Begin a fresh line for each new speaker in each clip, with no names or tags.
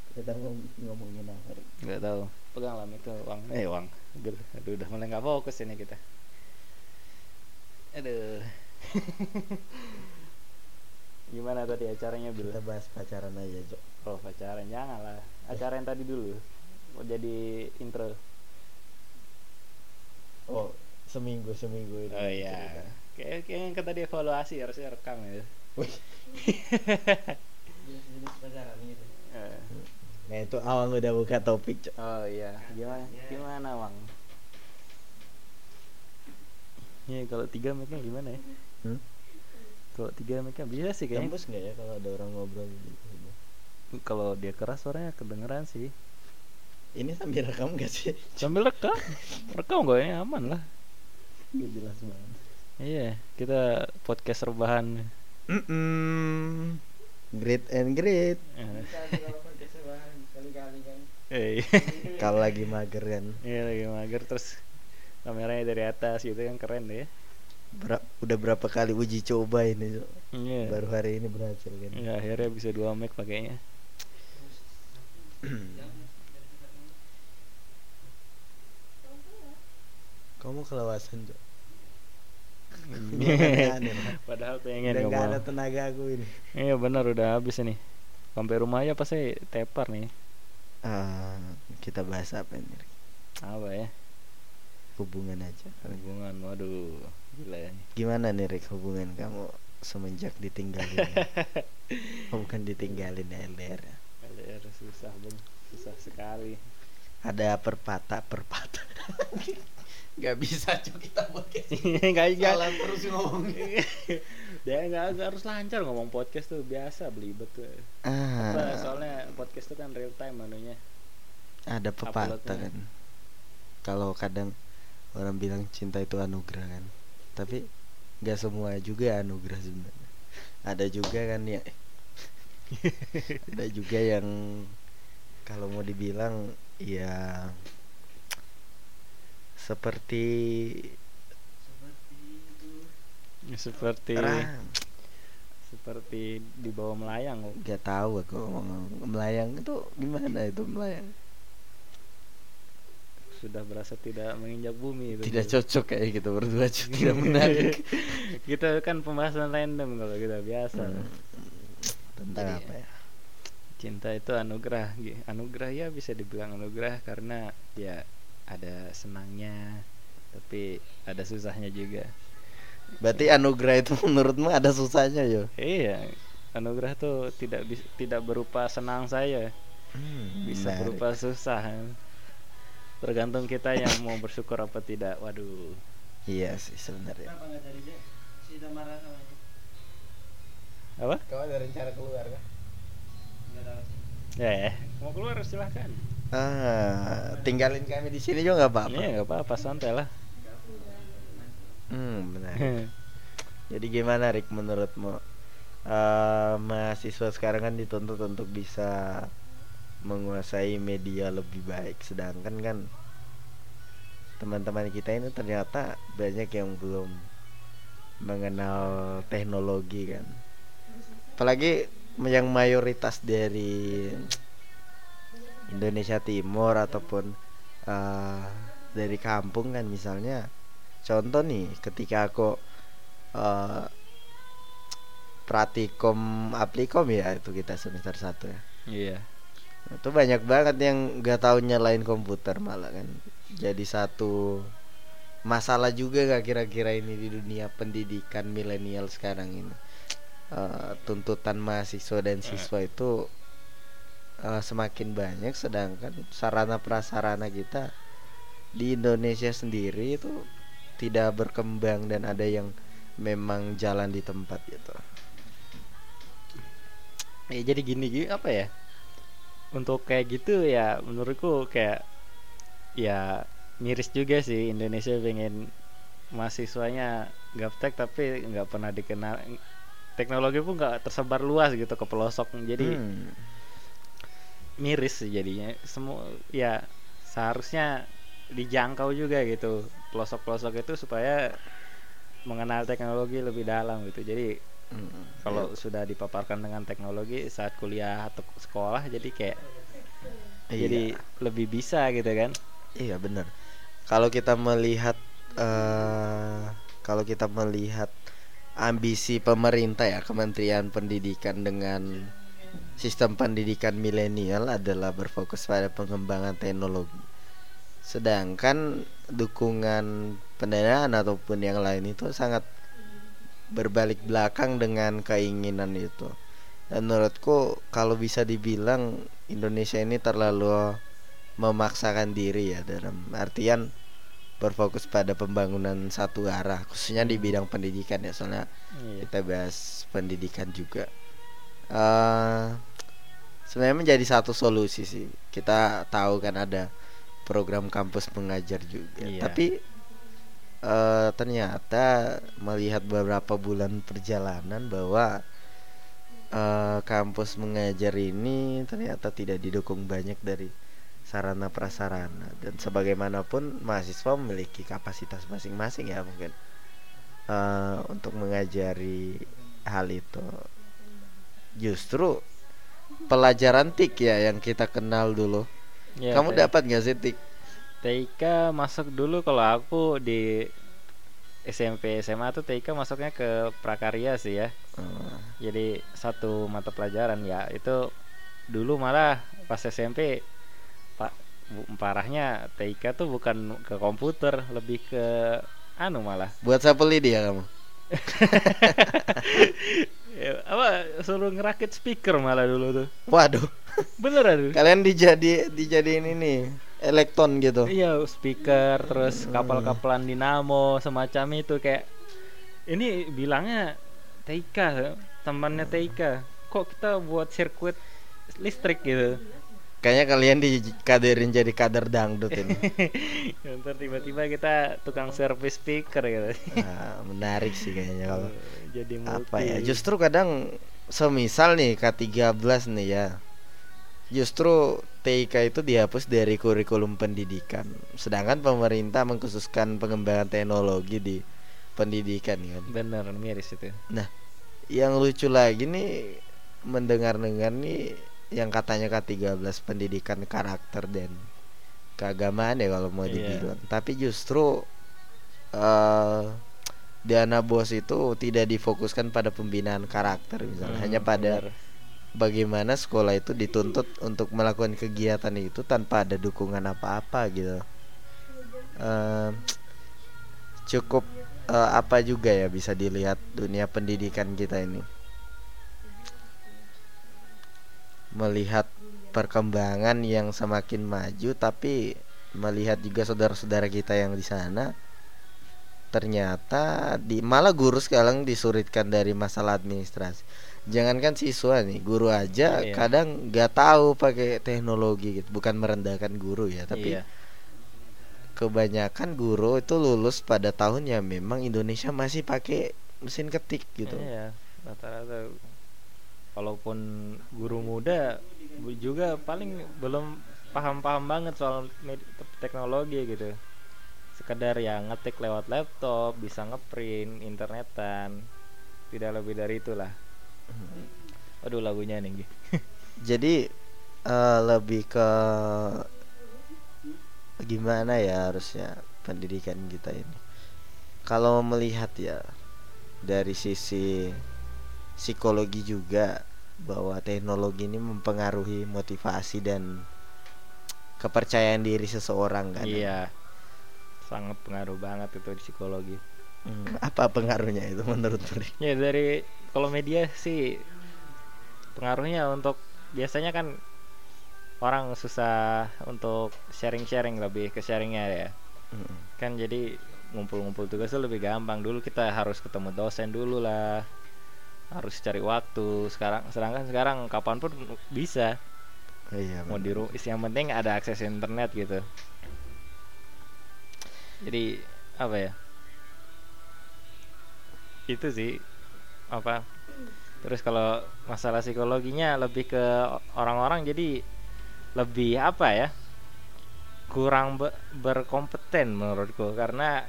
Kita ngomongin apa?
Nggak tahu. Pegang lah mic tuh, Wang. Wang. Aduh, udah mulai nggak fokus ini kita. Aduh. Gimana tadi acaranya, Bil?
Kita bahas pacaran aja, Cok.
Oh, pacaran jangan lah. Acara yang tadi dulu. Mau jadi intro.
Oh, seminggu ini.
Oh iya. Kayak yang tadi evaluasi harusnya rekam ya.
Wih.
Jenis pacaran gitu.
Nah itu Awang udah buka topik, Cok.
Oh iya. Gimana, Wang? Ini kalau 3 mic-nya gimana ya? Kalau 3 mic-nya bisa sih kayaknya.
Tembus nggak ya kalau ada orang ngobrol gitu?
Kalau dia keras suaranya kedengeran sih.
Ini sambil rekam nggak sih?
Sambil rekam nggak ini aman lah.
Gak jelas banget.
Iya, kita podcast rebahan.
Great and great.
Sekali-kali kan.
Kalau lagi mager kan.
Iya lagi mager terus kameranya dari atas gitu kan keren deh.
Udah berapa kali uji coba ini, Cok.
Iya.
Baru hari ini berhasil kan.
Ya akhirnya bisa 2 mic pakainya.
Kamu kelewasan, Cok.
Padahal pengen
udah nggak
ngomong.
ada tenaga aku ini.
Iya benar udah habis ini. Sampai rumah aja pasti tepar nih.
Kita bahas apa ini?
Apa ya?
Hubungan aja.
Hubungan, waduh, gila ya.
Gimana nih, Rick, hubungan kamu semenjak ditinggalin? Bukan ditinggalin, LDR.
LDR susah susah sekali.
Ada perpatah. Gak bisa, Cok, kita podcast.
Salah
terus ngomong.
Dia nggak harus lancar ngomong podcast tuh biasa belibet tuh. Apa, soalnya podcast tuh kan real time manunya.
Ada pepatah kan. Kalau kadang orang bilang cinta itu anugerah kan, tapi nggak semua juga anugerah sebenarnya. Ada juga kan ya. Ada juga yang kalau mau dibilang ya
seperti di bawah melayang.
Gak tahu aku ngomong melayang itu gimana itu melayang.
Sudah berasa tidak menginjak bumi itu.
Tidak cocok kayak gitu berdua, tidak menarik.
Kita kan pembahasan random kalau kita biasa.
Tentang jadi, apa ya?
Cinta itu anugerah. Anugerah ya bisa dibilang anugerah karena ya ada senangnya tapi ada susahnya juga.
Berarti anugerah itu menurutmu ada susahnya yo?
Iya, anugerah tuh tidak berupa senang saya. Bisa menarik. Berupa susah. Tergantung kita yang mau bersyukur apa tidak. Waduh.
Iya sih sebenarnya.
Kenapa nggak cari si marah sama itu?
Apa?
Kau ada rencana keluar kan? Nggak tahu sih.
Mau keluar silahkan.
Tinggalin kami di sini juga nggak apa-apa.
Iya nggak apa-apa, santai lah.
Benar. Jadi gimana, Rick, menurutmu? Mahasiswa sekarang kan dituntut untuk bisa menguasai media lebih baik, sedangkan kan teman-teman kita ini ternyata banyak yang belum mengenal teknologi kan. Apalagi yang mayoritas dari Indonesia Timur ataupun dari kampung kan, misalnya contoh nih ketika aku pratikom aplikom ya, itu kita semester 1 ya.
Iya.
Itu banyak banget yang nggak tahu nyalain komputer malah kan. Jadi satu masalah juga gak kira-kira ini di dunia pendidikan milenial sekarang ini. Tuntutan mahasiswa dan siswa itu semakin banyak, sedangkan sarana prasarana kita di Indonesia sendiri itu tidak berkembang dan ada yang memang jalan di tempat gitu.
Jadi gini apa ya? Untuk kayak gitu ya menurutku kayak ya miris juga sih Indonesia pengen mahasiswanya gaptek tapi nggak pernah dikenal, teknologi pun nggak tersebar luas gitu ke pelosok, jadi miris sih jadinya. Semua ya seharusnya dijangkau juga gitu pelosok-pelosok itu supaya mengenal teknologi lebih dalam gitu. Jadi kalau sudah dipaparkan dengan teknologi saat kuliah atau sekolah, jadi kayak Jadi lebih bisa gitu kan.
Iya benar. Kalau kita melihat eh kalau kita melihat ambisi pemerintah ya, Kementerian Pendidikan dengan sistem pendidikan milenial adalah berfokus pada pengembangan teknologi. Sedangkan dukungan pendanaan ataupun yang lain itu sangat berbalik belakang dengan keinginan itu. Dan menurutku kalau bisa dibilang Indonesia ini terlalu memaksakan diri ya, dalam artian berfokus pada pembangunan satu arah khususnya di bidang pendidikan ya, soalnya
Iya.
kita bahas pendidikan juga. eh Sebenarnya menjadi satu solusi sih. Kita tahu kan ada program kampus mengajar juga.
Iya.
Tapi ternyata melihat beberapa bulan perjalanan bahwa kampus mengajar ini ternyata tidak didukung banyak dari sarana prasarana, dan sebagaimanapun mahasiswa memiliki kapasitas masing-masing ya mungkin untuk mengajari hal itu. Justru pelajaran TIK ya yang kita kenal dulu.
Ya,
Kamu dapat nggak sih TIK?
TIK masuk dulu kalau aku di SMP SMA tuh TIK masuknya ke prakarya sih ya. Jadi satu mata pelajaran ya itu dulu malah pas SMP pak parahnya TIK tuh bukan ke komputer, lebih ke anu malah
Buat sapu lidi ya kamu?
ya, apa suruh ngerakit speaker malah dulu tuh.
Waduh,
Beneran tuh.
kalian dijadiin ini elektron gitu.
Iya, speaker terus kapal-kapalan dinamo semacam itu, kayak ini bilangnya TIK, temannya TIK. Kok kita buat sirkuit listrik gitu.
Kayaknya kalian dikaderin jadi kader dangdut ini.
Ntar tiba-tiba kita tukang servis speaker gitu.
Nah, menarik sih kayaknya kalau
Jadi
apa
multi.
ya. Justru kadang semisal nih K13 nih ya, justru TIK itu dihapus dari kurikulum pendidikan, sedangkan pemerintah mengkhususkan pengembangan teknologi di pendidikan kan.
Bener, miris itu.
Nah, yang lucu lagi nih mendengar-dengar nih yang katanya K13 pendidikan karakter dan keagamaan ya kalau mau
Iya.
dibilang. Tapi justru dana bos itu tidak difokuskan pada pembinaan karakter misalnya, hanya pada
Bener.
bagaimana sekolah itu dituntut untuk melakukan kegiatan itu tanpa ada dukungan apa-apa gitu. Eh, Cukup apa juga ya bisa dilihat dunia pendidikan kita ini, melihat perkembangan yang semakin maju, tapi melihat juga saudara-saudara kita yang di sana ternyata malah guru sekarang disuritkan dari masalah administrasi. Jangankan siswa nih, guru aja
Iya.
kadang nggak tahu pakai teknologi gitu. Bukan merendahkan guru ya, tapi
Iya.
kebanyakan guru itu lulus pada tahun yang memang Indonesia masih pakai mesin ketik gitu.
Iya, rata-rata walaupun guru muda juga paling belum paham-paham banget soal teknologi gitu. Sekedar yang ngetik lewat laptop, bisa ngeprint, internetan. Tidak lebih dari itulah. Aduh lagunya nih.
Jadi lebih ke gimana ya harusnya pendidikan kita ini. Kalau melihat ya dari sisi psikologi juga, bahwa teknologi ini mempengaruhi motivasi dan kepercayaan diri seseorang kan.
Iya. Sangat pengaruh banget itu di psikologi.
Apa pengaruhnya itu menurut Pri?
Ya dari kalau media sih pengaruhnya untuk biasanya kan orang susah untuk sharing-sharing, lebih ke sharingnya ya. Kan jadi ngumpul-ngumpul tugas tuh lebih gampang. Dulu kita harus ketemu dosen dulu lah, harus cari waktu. Sedangkan sekarang kapanpun bisa.
Iya.
Mau di rumah, yang penting ada akses internet gitu. Jadi apa ya? Itu sih apa? Terus kalau masalah psikologinya lebih ke orang-orang jadi lebih apa ya? Kurang berkompeten menurutku, karena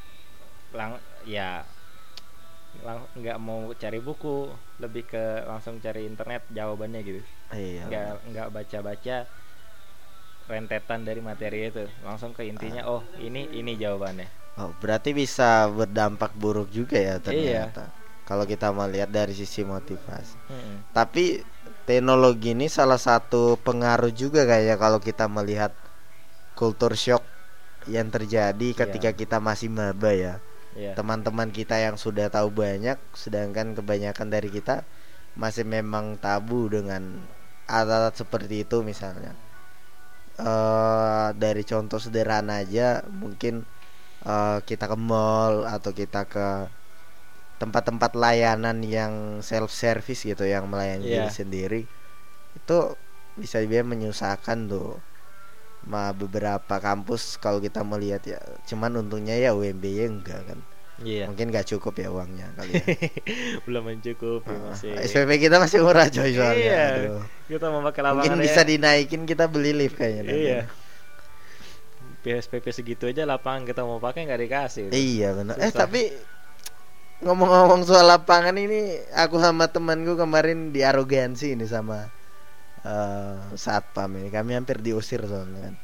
nggak mau cari buku, lebih ke langsung cari internet jawabannya gitu.
Iya.
Nggak baca-baca rentetan dari materi itu, langsung ke intinya. Oh, ini jawabannya.
Oh, berarti bisa berdampak buruk juga ya
Iya.
ternyata. Kalau kita melihat dari sisi motivasi.
Mm-mm.
Tapi teknologi ini salah satu pengaruh juga kayaknya kalau kita melihat kultur shock yang terjadi ketika kita masih maba ya.
Iya.
Teman-teman kita yang sudah tahu banyak, sedangkan kebanyakan dari kita masih memang tabu dengan alat-alat seperti itu misalnya. Dari contoh sederhana aja, mungkin kita ke mall atau kita ke tempat-tempat layanan yang self service gitu, yang melayani diri sendiri, itu bisa dibilang menyusahkan tuh. Beberapa kampus kalau kita melihat ya, cuman untungnya ya UMBY enggak kan.
Iya.
Mungkin gak cukup ya uangnya kali ya.
Belum mencukupi masih.
SPP kita masih murah coy soalnya.
Iya.
Aduh.
Kita mau pakai lapangan.
Mungkin bisa dinaikin, kita beli lift kayaknya.
Iya. PSPP segitu aja lapangan kita mau pakai nggak dikasih.
Iya benar.
Susah.
Tapi ngomong-ngomong soal lapangan ini, aku sama temanku kemarin diarogansi ini sama satpam ini. Kami hampir diusir soalnya kan.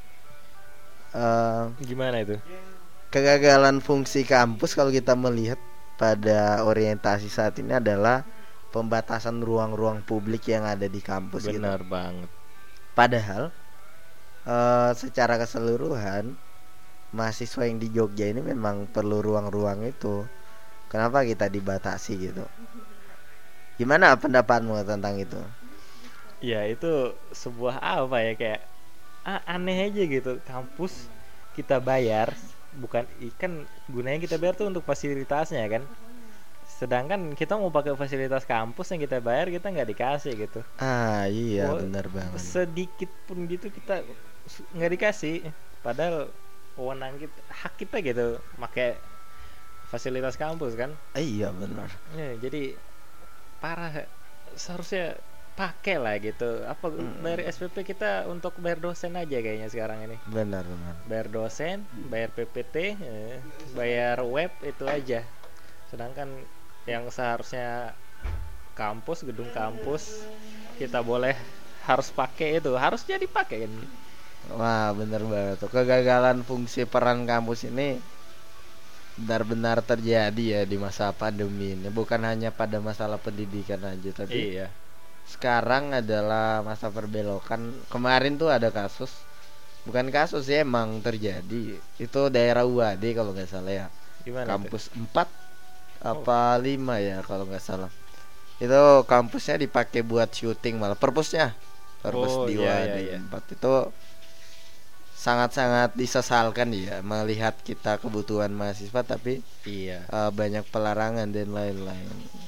Gimana itu?
Kegagalan fungsi kampus kalau kita melihat pada orientasi saat ini adalah pembatasan ruang-ruang publik yang ada di kampus.
Benar
gitu.
banget.
Padahal secara keseluruhan mahasiswa yang di Jogja ini memang perlu ruang-ruang itu. Kenapa kita dibatasi gitu? Gimana pendapatmu tentang itu?
Ya itu sebuah apa ya, kayak aneh aja gitu. Kampus kita bayar, bukan ikan, gunanya kita bayar tuh untuk fasilitasnya kan. Sedangkan kita mau pakai fasilitas kampus yang kita bayar, kita nggak dikasih gitu.
Iya benar banget.
Sedikit pun gitu kita nggak dikasih. Padahal wewenang kita, hak kita gitu, pakai fasilitas kampus kan.
Iya benar.
Ya, jadi parah, seharusnya pakai lah gitu. Apa dari SPP kita untuk bayar dosen aja kayaknya sekarang ini.
Benar.
Bayar dosen, bayar PPT, bayar web, itu aja. Sedangkan yang seharusnya kampus, gedung kampus kita boleh harus pakai, itu harusnya dipakai kan.
Wah benar banget tuh. Kegagalan fungsi peran kampus ini benar-benar terjadi ya di masa pandemi ini. Bukan hanya pada masalah pendidikan aja, tapi
Iya.
sekarang adalah masa perbelokan. Kemarin tuh ada kasus, bukan kasus ya, emang terjadi. Itu daerah UAD kalau nggak salah ya.
Gimana
Kampus 4 apa 5 ya kalau nggak salah. Itu kampusnya dipakai buat syuting, malah perpusnya. Perpus di UAD
iya.
4 itu sangat-sangat disesalkan ya, melihat kita kebutuhan mahasiswa tapi
Iya.
banyak pelarangan dan lain-lain.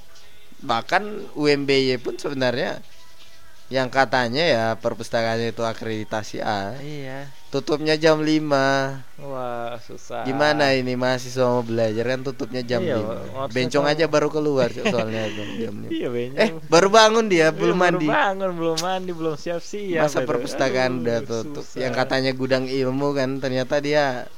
Bahkan UMBY pun sebenarnya yang katanya ya perpustakaannya itu akreditasi A,
Iya.
tutupnya jam 5.
Wah, susah.
Gimana ini mahasiswa mau belajar kan tutupnya jam
Iya,
5.
harusnya
Bencong
kalau-
aja baru keluar soalnya itu jam 5.
Iya, bener.
Baru bangun dia, belum
Baru
mandi.
bangun, belum mandi, belum siap-siap.
Masa
itu.
perpustakaan
Aduh,
udah tutup.
susah.
Yang katanya gudang ilmu kan ternyata dia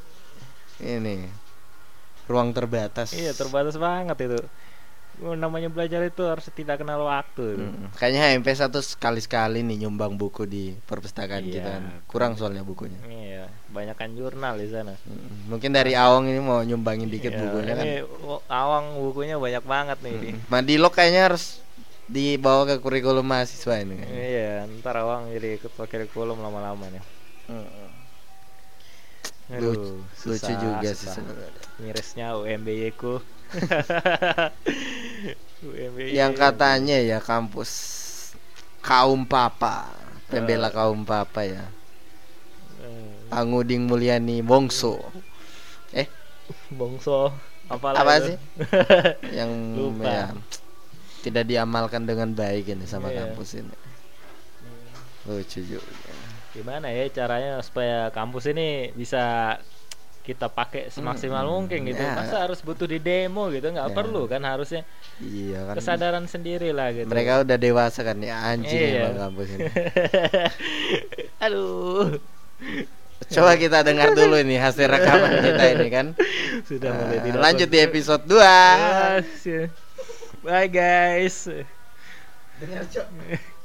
ini ruang terbatas.
Iya, terbatas banget itu. Namanya belajar itu harus tidak kenal waktu.
Kayaknya HMP 1 sekali-sekali nih nyumbang buku di perpustakaan
Iya.
kita kan. Kurang soalnya bukunya.
Iya, banyakan jurnal di sana.
Mungkin dari Awang ini mau nyumbangin dikit
Iya,
bukunya kan.
ini Awang bukunya banyak banget nih ini.
Madilog kayaknya harus dibawa ke kurikulum mahasiswa ini.
Iya, ntar Awang jadi ketua kurikulum lama-lama nih. Aduh,
Lucu juga sih
susah.
sebenarnya.
Mirisnya UMBY ku. UMBY.
Yang katanya ya kampus kaum papa, pembela kaum papa ya. Anguding Mulyani Wongso.
Bongso
Apa
itu?
sih? Yang
Lupa.
ya, tidak diamalkan dengan baik ini sama
Iya.
kampus ini. Lucu juga.
Gimana ya caranya supaya kampus ini bisa kita pakai semaksimal mungkin gitu.
Ya.
Masa harus butuh di demo gitu? Nggak
Ya.
perlu kan, harusnya
Iya kan.
kesadaran sendiri lah gitu.
Mereka udah dewasa kan ya, anjing
Iya.
emang kampus ini.
Aduh,
Coba kita dengar dulu ini hasil rekaman kita ini kan.
sudah mulai tidak
Lanjut di
konsisten.
episode 2.
Bye guys.
Dengar, Cok.